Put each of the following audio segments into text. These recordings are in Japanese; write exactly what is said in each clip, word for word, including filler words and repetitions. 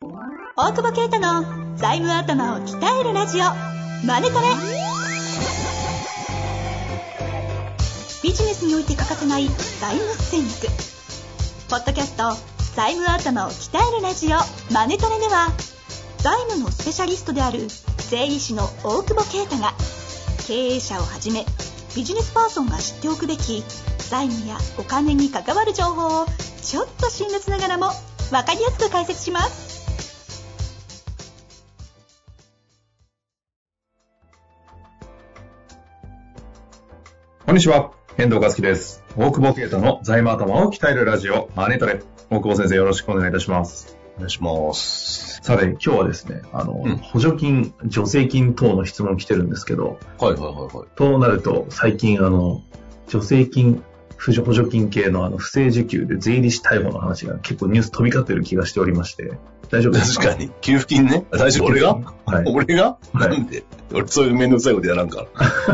大久保啓太の財務頭を鍛えるラジオマネトレ。ビジネスにおいて欠かせない財務戦略。ポッドキャスト財務頭を鍛えるラジオマネトレでは、財務のスペシャリストである税理士の大久保啓太が、経営者をはじめビジネスパーソンが知っておくべき財務やお金に関わる情報をちょっと辛辣ながらも分かりやすく解説します。 こんにちは、遠藤和樹です。大久保啓太の財務頭を鍛えるラジオマネトレ。大久保先生、よろしくお願いいたします。 お願いします。 さて、今日はですね、あの、うん、補助金、助成金等の質問来てるんですけど、 はいはいはいはい。 となると、最近あの、助成金、補助金系のあの不正受給で税理士逮捕の話が結構ニュース飛び交ってる気がしておりまして、大丈夫ですか？ 確かに。給付金ね。大丈夫。俺が、はい、俺が、 はい、 なんで俺そういうめんどくさいことやらんから。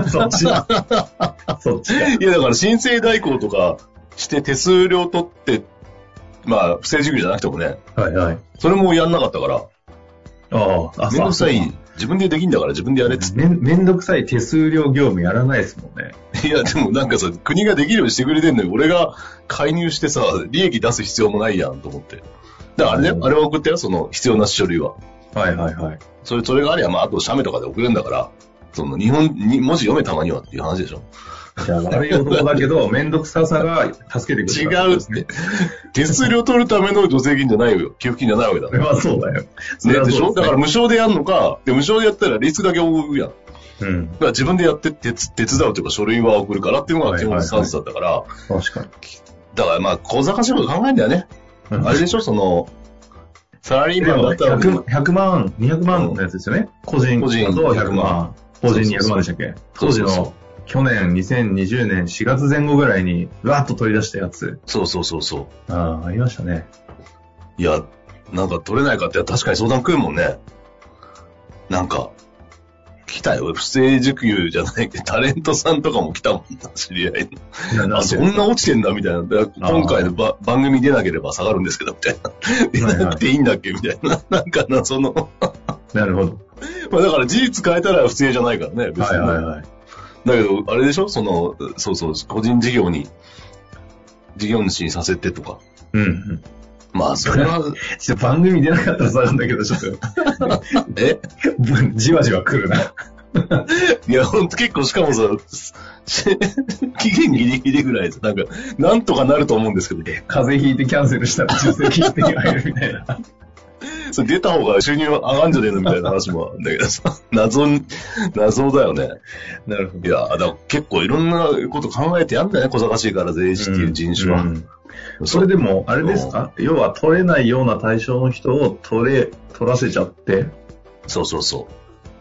そっちそっちいやだから申請代行とかして手数料取って、まあ不正受給じゃなくてもね。 はいはい。 それもやんなかったから。 ああ、 めんどくさい。自分でできんだから自分でやれっつって。 めん、めんどくさい手数料業務やらないですもんね。 いや、でもなんかさ、国ができるようにしてくれてんのに、俺が介入してさ、利益出す必要もないやんと思って。だからあれね、あれは送ってよ、その必要な書類は。 はいはいはい。 それ、それがありゃ、まあ、あと、写メとかで送るんだから、その、日本に文字読めたまにはっていう話でしょ。 じゃあ、悪い男だけど、めんどくささが助けてくれる、 ね。違うって。手数料取るための助成金じゃないよ。給付金じゃないわけだ。 それはそうだよ。 それはそうですね。でしょ？だから無償でやるのか、で、無償でやったらリスクだけ負うやん。 うん。 だから自分でやって手、手伝うというか書類は送るからっていうのが基本スタンスだったから。はいはいはい、確かに。 だからまあ、小賢しいこと考えんだよね。うん、あれでしょ、その、サラリーマンだったら。 ひゃくまん、にひゃくまんのやつですよね。個人だとひゃくまん。法人にひゃくまんでしたっけ？当時の去年にせんにじゅうねんしがつぜん後ぐらいにわーっと取り出したやつ。 そうそうそうそう。 ああ、ありましたね。 いや、なんか取れないかって確かに相談来るもんね。なんか、来たよ。不正受給じゃないけど、タレントさんとかも来たもんな、知り合いの。あ、そんな落ちてんだみたいな。今回のば番組出なければ下がるんですけど、みたいな。出なくていいんだっけみたいな。なんかな、その。 なるほど。 まあだから事実変えたら不正じゃないからね、別に。 はいはいはい。 だけど、あれでしょその、そうそう、個人事業に、事業主にさせてとか。 うん、うん。 まあ、それは。 ちょっと番組出なかったらさなんだけど、ちょっと。 えじわじわ来るな。 いや、ほんと結構しかもさ、期限ギリギリぐらいです。なんか、なんとかなると思うんですけど。 風邪ひいてキャンセルしたら助成金手に入るみたいな。 それ出た方が収入上がんじゃねえのみたいな話もあるんだけどさ、謎、謎だよね。 なるほど。 いや、だから結構いろんなこと考えてやんだよね、小賢しいから税理士っていう人種は。うんうん、それでも、あれですか？要は取れないような対象の人を取れ、取らせちゃって。 そうそうそう。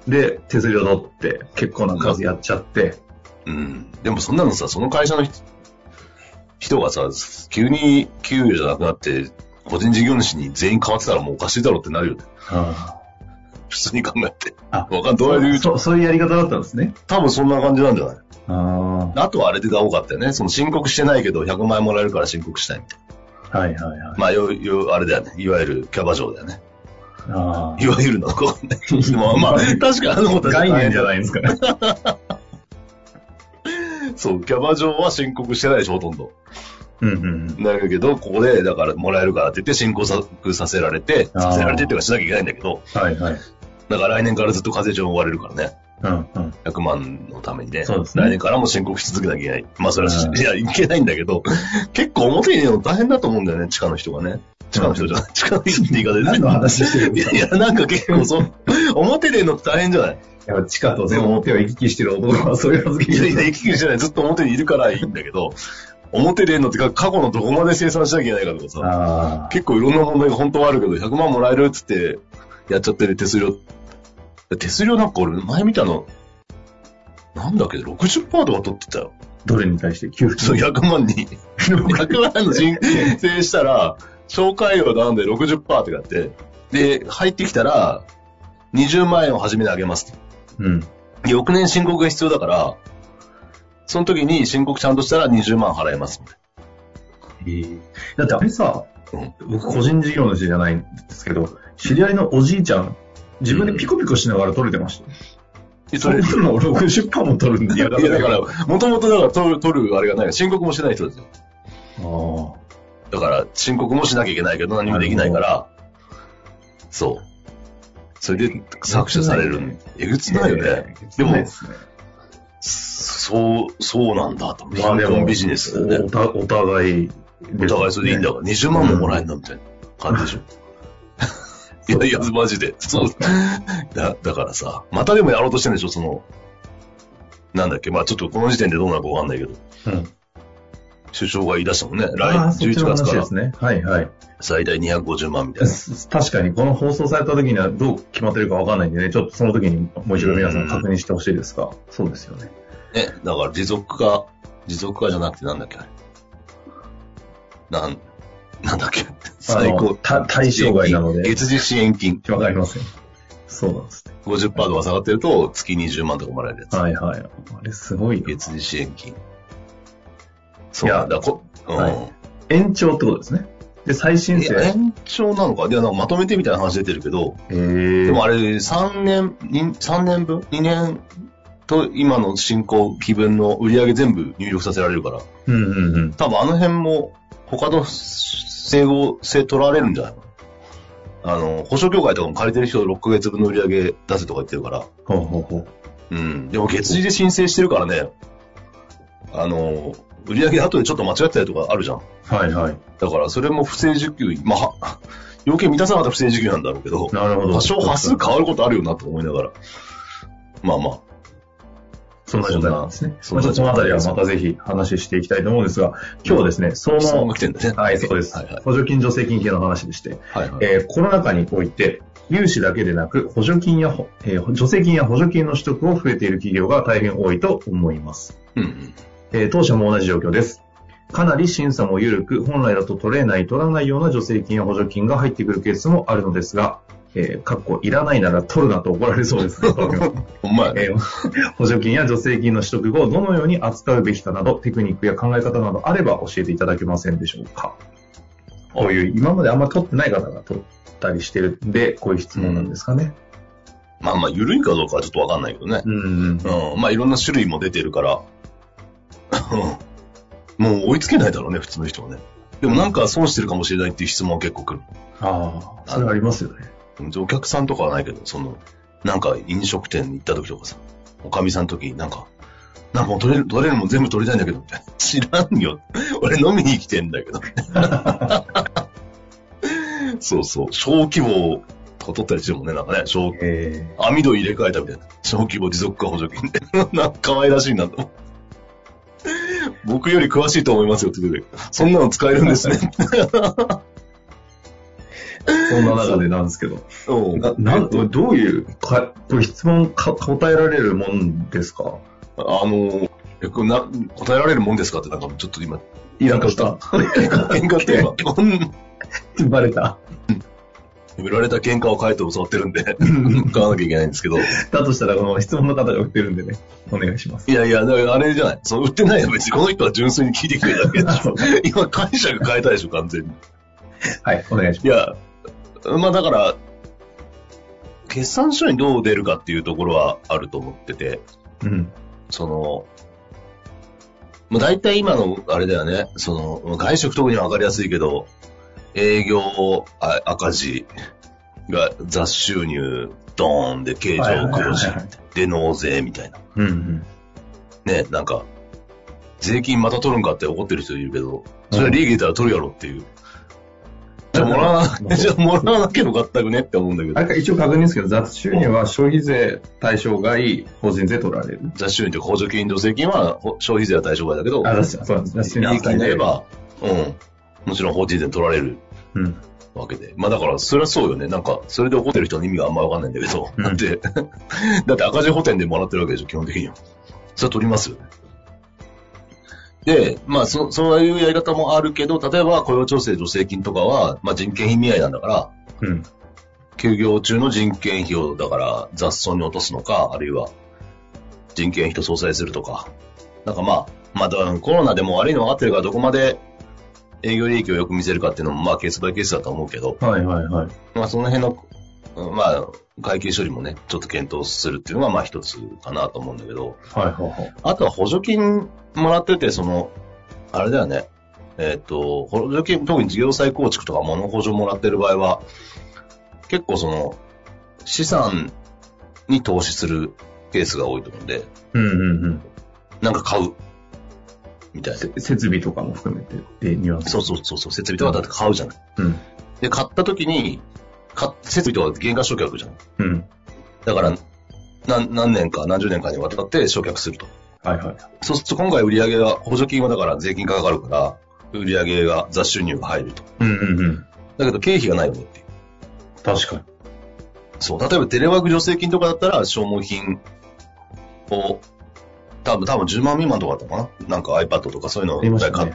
で、手数料取って、結構な数やっちゃって。 うん。でもそんなのさ、その会社の人、人がさ、急に給与じゃなくなって、個人事業主に全員変わってたらもうおかしいだろうってなるよね。 はあ、 普通に考えて。 あ、 わかんどうやってそう、そういうやり方だったんですね。 多分そんな感じなんじゃない？ ああとはあれが多かったよね。その申告してないけどひゃくまん円もらえるから申告したいみたいな。はいはいはい。 まあ、よ、よ、あれだよね。いわゆるキャバ嬢だよね。 ああ。 いわゆるのかわかんない。まあ、まあ、確かにあのこと概念じゃないですかね。 そう、キャバ嬢は申告してないでしょ、ほとんど。 うんうん、 だけど、ここで、だから、もらえるからって言って、申告させられて、させられてっていうかしなきゃいけないんだけど、 はいはい。 だから来年からずっと課税上追われるからね。 うんうん。 ひゃくまんのためにね。 そうですね。 来年からも申告し続けなきゃいけない。まあ、それは、いや、いけないんだけど、結構表に出るの大変だと思うんだよね、地下の人がね。地下の人じゃない。地下の人って言い方です。 何の話してるんですか？ いや、なんか結構そう、表で出るのって大変じゃない？ いや、地下と表を行き来してる男はそういう発言。 いやいや、行き来してない。ずっと表にいるからいいんだけど、表で出るのって過去のどこまで生産しなきゃいけないかとかさ、結構いろんな問題が本当はあるけど、ひゃくまんもらえるっつってやっちゃってる手数料。手数料なんか俺前見たの、なんだっけ、ろくじゅっパーセント とか取ってたよ。 どれに対して給付金？ そう、ひゃくまんに。ひゃくまんの申請したら、紹介料なんで ろくじゅっパーセント ってやって、で、入ってきたら、にじゅうまん円を初めにあげますと。 うん。 翌年申告が必要だから、その時に申告ちゃんとしたらにじゅうまん払えます。 えー、だってあれさ、 うん、 僕個人事業主じゃないんですけど、知り合いのおじいちゃん、自分でピコピコしながら取れてました。うん、それそれのろくじゅっパーセントも取るんで、いやだから、 もともとだから取る、取るあれがない。申告もしない人ですよ。ああ。だから、申告もしなきゃいけないけど何もできないから、そう。それで搾取される。えぐつないよね。でも、そう、そうなんだと。貧困ビジネスだよね。 お, お互い、 お互いそれでいいんだから、にじゅうまんももらえるんだみたいな感じでしょ。いやいや、マジで。そう。だ、だからさ、またでもやろうとしてるんでしょ、その、なんだっけ、まあちょっとこの時点でどうなるかわかんないけど。うん。首相が言い出したもんね。来じゅういちがつから。 ですね。はいはい。 最大にひゃくごじゅうまんみたいな。 確かに、この放送された時にはどう決まってるかわかんないんでね、ちょっとその時にもう一度皆さん確認してほしいですが、そうですよね。 え、だから持続化、持続化じゃなくてなんだっけあれ。なん、なんだっけ最高。対象外なので。 月次支援金。 わかりません。そうなんですね。 ごじゅっパーセント とか下がってると月にじゅうまんとかもらえるやつ。 はいはい。あれすごいよ。 月次支援金。そうなんだ。こはい、延長ってことですね。で、再申請。 延長なのか、でなんかまとめてみたいな話出てるけど、でもあれさんねん、さんねんぶん ?に 年と今の進行期分の売り上げ全部入力させられるから、 うんうんうん、 多分あの辺も他の整合性取られるんじゃないの？あの、保証協会とかも借りてる人ろっかげつぶんの売り上げ出せとか言ってるから。 ほうほうほう。うん。でも月次で申請してるからね、あの、売り上げ後でちょっと間違ってたりとかあるじゃん。 はいはい。 だからそれも不正受給、まあ、要件満たさなかったら不正受給なんだろうけど、 なるほど。 多少端数変わることあるよなと思いながら。まあまあ。 そんな状態なんですね。そのあたりはまたぜひ話していきたいと思うんですが、今日はですね、その、 質問が来てんだね。 はい、そうです。はいはい、補助金、助成金系の話でして、 はいはい、 えー、コロナ禍において、融資だけでなく、補助金や、えー、助成金や補助金の取得を増えている企業が大変多いと思います。 うんうんえー、当社も同じ状況です。かなり審査も緩く、本来だと取れない、取らないような助成金や補助金が入ってくるケースもあるのですが、えー、かっこいらないなら取るなと怒られそうですね。 ほんまやね、 えー、補助金や助成金の取得後、どのように扱うべきかなど、テクニックや考え方などあれば教えていただけませんでしょうか。こういう、今まであんま取ってない方が取ったりしてるんで、こういう質問なんですかね。 うん、まあまあ、緩いかどうかはちょっとわかんないけどね。 うん、うん、 うん。まあ、いろんな種類も出てるから、もう追いつけないだろうね、普通の人はね。でもなんか損してるかもしれないっていう質問は結構来る。 ああ、それありますよね。 お客さんとかはないけど、その、なんか飲食店に行った時とかさ、おかみさんの時になんか、なんかもう取れる、取れるもん全部取りたいんだけど、みたいな。知らんよ。俺飲みに来てんだけど。そうそう。小規模とか取ったりしてるもんね、なんかね。小網戸入れ替えたみたいな。小規模持続化補助金で。なんか可愛らしいなと。僕より詳しいと思いますよって言ってて、そんなの使えるんですね。 そんな中でなんですけど。ななどういうか、これ質問か答えられるもんですか？ あの、な答えられるもんですかってなんかちょっと今、 いらんかった。 喧嘩って今。バレた。 売られた喧嘩を書いて教わってるんで、買わなきゃいけないんですけど。 だとしたら、この質問の方が売ってるんでね、お願いします。 いやいや、だからあれじゃない。その売ってないよ、別に。この人は純粋に聞いてくれるだけでしょ。今、解釈変えたでしょ、完全に。 はい、お願いします。 いや、まあだから、決算書にどう出るかっていうところはあると思ってて、 うん。 その、まあ大体今の、あれだよね、その、外食特にわかりやすいけど、営業赤字が雑収入ドーンで経常黒字で納税みたいな。 うんうん、 ね、なんか、税金また取るんかって怒ってる人いるけど、それは利益出たら取るやろっていう。じゃあもらわな、じゃあもらわなきゃよかったくねって思うんだけど。 あれか一応確認ですけど、雑収入は消費税対象外、法人税取られる。 雑収入というか補助金、助成金は消費税は対象外だけど、 あ、そうなんです。 利益になれば、うん。もちろん法人税取られる。 うん。 わけで。まあだから、それはそうよね。なんか、それで怒ってる人の意味があんまわかんないんだけど。うん、だって、だって赤字補填でもらってるわけでしょ、基本的には。それは取りますよね。で、まあそ、そういうやり方もあるけど、例えば雇用調整助成金とかは、まあ人件費見合いなんだから、 うん。 休業中の人件費を、だから雑草に落とすのか、あるいは人件費と相殺するとか。なんかまあ、まあ、コロナでも悪いの分かってるからどこまで、 営業利益をよく見せるかっていうのも、まあ、ケースバイケースだと思うけど、 はいはいはい。 まあ、その辺の、まあ、会計処理もね、ちょっと検討するっていうのが、まあ、一つかなと思うんだけど、 はいはいはい。 あとは補助金もらってて、その、あれだよね、えっと、補助金、特に事業再構築とか物補助もらってる場合は、結構その、資産に投資するケースが多いと思うんで、 うんうんうん。 なんか買う。みたいな。 設備とかも含めてでニュアンス。 そうそうそうそう、設備とかだって買うじゃない。 うん。 で、買った時に、か設備とか原価償却じゃん。 うん。 だから、何、何年か何十年かにわたって償却すると。 はいはい。 そうすると今回売上が、補助金はだから税金がかかるから、売上が雑収入が入ると。 うんうんうん。 だけど経費がないよねっていう。 確かに。 そう。例えばテレワーク助成金とかだったら消耗品を、多分、多分じゅうまん未満とかだったかな。なんか iPad とかそういうのを買って、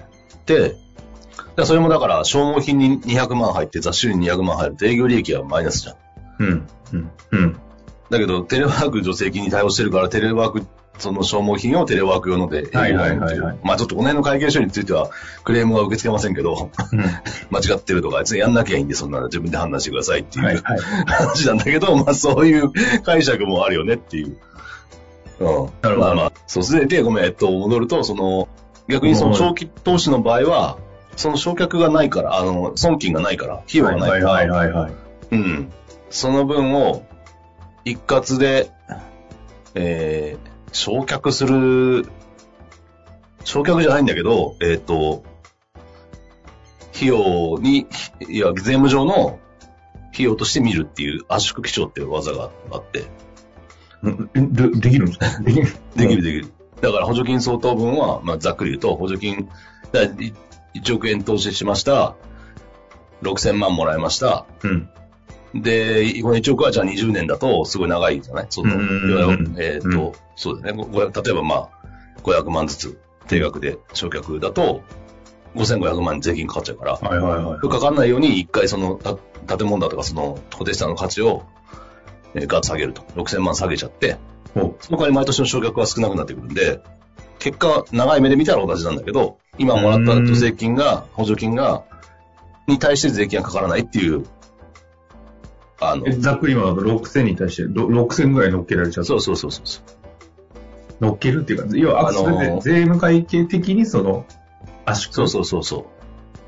でそれもだから消耗品ににひゃくまん入って雑収入にひゃくまん入ると営業利益はマイナスじゃん。 うん。うん。うん。 だけどテレワーク助成金に対応してるからテレワーク、その消耗品をテレワーク用ので営業はいはいはいはい。 まあちょっとこの辺の会計処理についてはクレームは受け付けませんけど、うん、間違ってるとか、別にやんなきゃいいんでそんなの自分で判断してくださいっていう、はいはい、話なんだけど、まあそういう解釈もあるよねっていう。うん。なるほど。まあまあ、そうですね。で、ごめん、えっと、戻ると、その、逆にその長期投資の場合は、その償却がないから、あの、損金がないから、費用がないから、 はいはいはいはい。 うん。その分を、一括で、えー、償却する、償却じゃないんだけど、えっと、費用に、いや、税務上の費用として見るっていう圧縮基調っていう技があって、 で, できるんですかできるできるできる。だから補助金相当分は、まあ、ざっくり言うと、補助金、だいちおくえん投資しました。ろくせんまんもらいました。 うん。 で、このいちおくはじゃあにじゅうねんだとすごい長いじゃないその、えっ、ー、と、うん、そうだね。例えばまあ、ごひゃくまんずつ定額で償却だと、ごせんごひゃくまんに税金かかっちゃうから、 はいはいはい。 かかんないように一回その建物だとかその固定資産の価値をえー、ガッと下げると。ろくせんまん下げちゃって、その代わり毎年の償却は少なくなってくるんで、結果、長い目で見たら同じなんだけど、今もらった助成金が、補助金が、に対して税金がかからないっていう、 あの。ざっくり今だとろくせんに対してろくせんぐらい乗っけられちゃう。 そうそうそうそう。 乗っけるっていうか、要は、あのー、税務会計的にその、圧縮。 そうそうそうそう。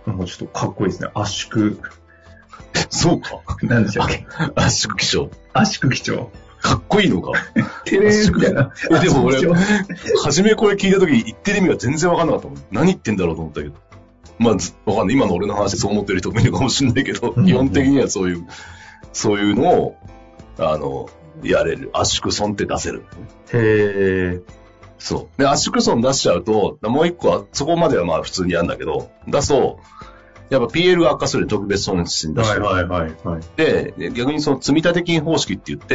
もうちょっとかっこいいですね。圧縮。 そうか。 何でしたっけ圧縮基調。 圧縮基調。 かっこいいのか。 テレーみたいな。 いやでも俺、初めこれ聞いたとき言ってる意味が全然わかんなかったもん。何言ってんだろうと思ったけど。まあ、わかんない。今の俺の話でそう思ってる人もいるかもしれないけど、基本的にはそういう、そういうのを、あの、やれる。圧縮損って出せる。 へー。 そう。で、圧縮損出しちゃうと、もう一個は、そこまではまあ普通にやるんだけど、出すと、やっぱ ピーエル が悪化する特別損失に出してる。 はいはいはい、はい。 で、逆にその積立金方式って言って、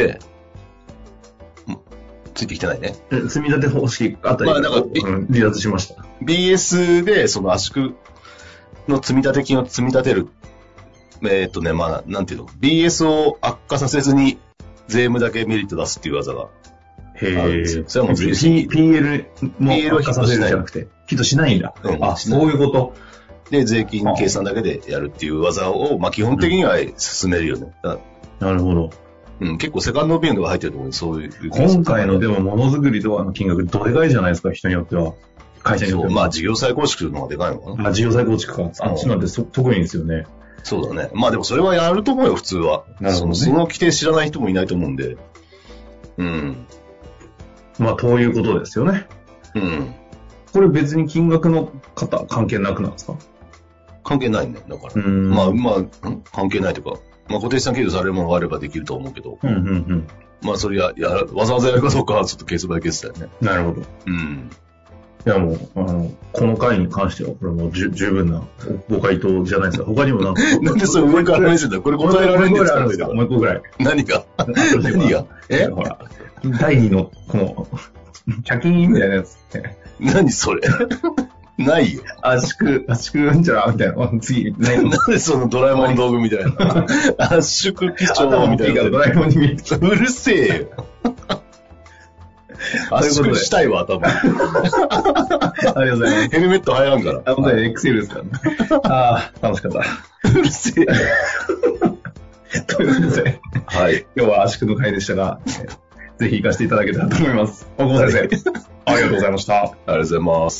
ついてきてないね。 積立方式あたり、まあ、なんか、うん、離脱しました。 ビーエス でその圧縮の積立金を積み立てる。えー、っとね、まあ、なんていうの ビーエス を悪化させずに税務だけメリット出すっていう技が。 へー。 それはもうピーエル も悪化させるんじゃなくて、ヒットしないんだ。 うん、 あ、そういうこと。 で、税金計算だけでやるっていう技を、まあ基本的には進めるよね。 うん、なるほど。 うん、結構セカンドオピニオンとか入ってると思うそういう。 今回のでもものづくりとかの金額どれぐらいじゃないですか、人によっては。会社によっては。 まあ事業再構築の方がでかいのかな。 あ、事業再構築か。あっちなんてそ特にですよね。 そうだね。まあでもそれはやると思うよ、普通は。なるほどね。その、その規定知らない人もいないと思うんで。うん。 まあ、ということですよね。 うん。 これ別に金額の方関係なくなんですか？ 関係ないね。だから。まあ、まあ、関係ないというか、まあ、固定資産計上されるものがあればできると思うけど。 うんうんうん。 まあ、それや、や、わざわざやるかどうかはちょっとケースバイケースだよね。 なるほど。 うん。 いやもう、あの、この回に関しては、これもう十分なご回答じゃないですか。他にもなんか。 なんでそれ上から話してんだこれ答えられるんですかもう一個ぐらい。 何が何がえほら。だいにの、この、貯金みたいなやつって。 何それないよ。 圧縮、圧縮うんちゃらみたいな。次、 なんでそのドラえもんの道具みたいな。圧縮基調みたいな。 ドラえもんに見えてうるせえよ。 圧縮したいわ、多分。 ありがとうございます。 ヘルメット入らんから。 あ、本当に エックスエル ですからね。ああ、楽しかった。 うるせえ。 ということで、 はい。 今日は圧縮の回でしたが、ぜひ活かしていただけたらと思います。大久保先生、ありがとうございました。 ありがとうございます。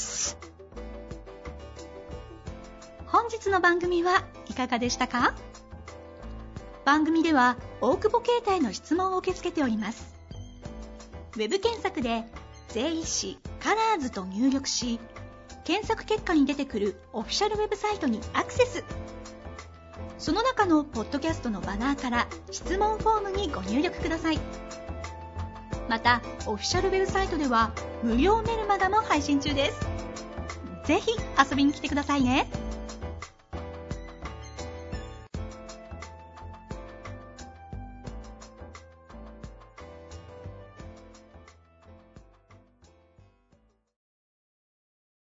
本日の番組はいかがでしたか？番組では大久保携帯の質問を受け付けております。ウェブ検索で税理士カラーズと入力し、検索結果に出てくるオフィシャルウェブサイトにアクセス。その中のポッドキャストのバナーから質問フォームにご入力ください。またオフィシャルウェブサイトでは無料メルマガも配信中です。ぜひ遊びに来てくださいね。